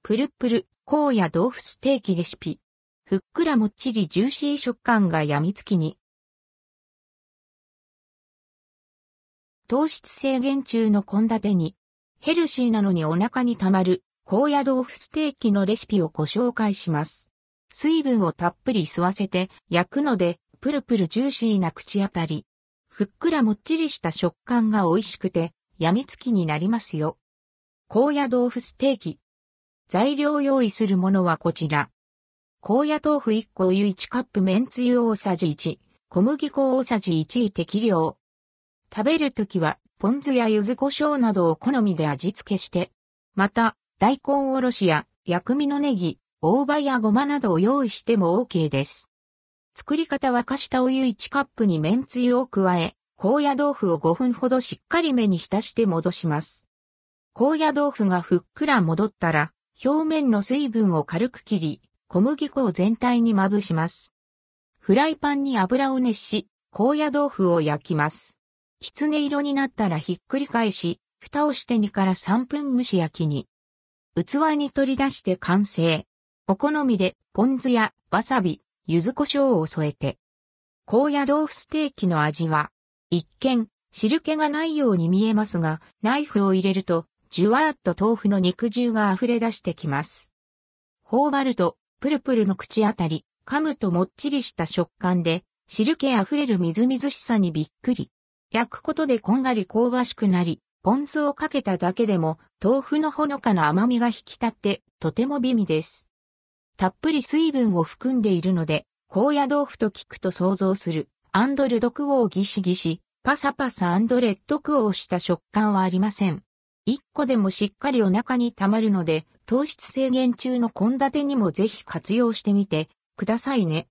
プルプル、高野豆腐ステーキレシピ。ふっくらもっちりジューシー食感がやみつきに。糖質制限中の献立に、ヘルシーなのにお腹にたまる、高野豆腐ステーキのレシピをご紹介します。水分をたっぷり吸わせて焼くので、プルプルジューシーな口当たり。ふっくらもっちりした食感が美味しくて、やみつきになりますよ。高野豆腐ステーキ。材料用意するものはこちら。高野豆腐1個お湯1カップめんつゆ大さじ1、小麦粉大さじ1適量。食べるときは、ポン酢や柚子胡椒などを好みで味付けして。また、大根おろしや薬味のネギ、大葉やごまなどを用意しても OK です。作り方は沸かしたお湯1カップにめんつゆを加え、高野豆腐を5分ほどしっかりめに浸して戻します。高野豆腐がふっくら戻ったら、表面の水分を軽く切り、小麦粉を全体にまぶします。フライパンに油を熱し、高野豆腐を焼きます。きつね色になったらひっくり返し、蓋をして2から3分蒸し焼きに。器に取り出して完成。お好みでポン酢やわさび、柚子胡椒を添えて。高野豆腐ステーキの味は、一見汁気がないように見えますが、ナイフを入れると、じゅわーっと豆腐の肉汁が溢れ出してきます。頬張ると、プルプルの口当たり、噛むともっちりした食感で、汁気あふれるみずみずしさにびっくり。焼くことでこんがり香ばしくなり、ポン酢をかけただけでも、豆腐のほのかな甘みが引き立って、とても美味です。たっぷり水分を含んでいるので、高野豆腐と聞くと想像する、ルドクオーギシギシ、パサパサレッドクオーした食感はありません。1個でもしっかりお腹にたまるので、糖質制限中の献立にもぜひ活用してみてくださいね。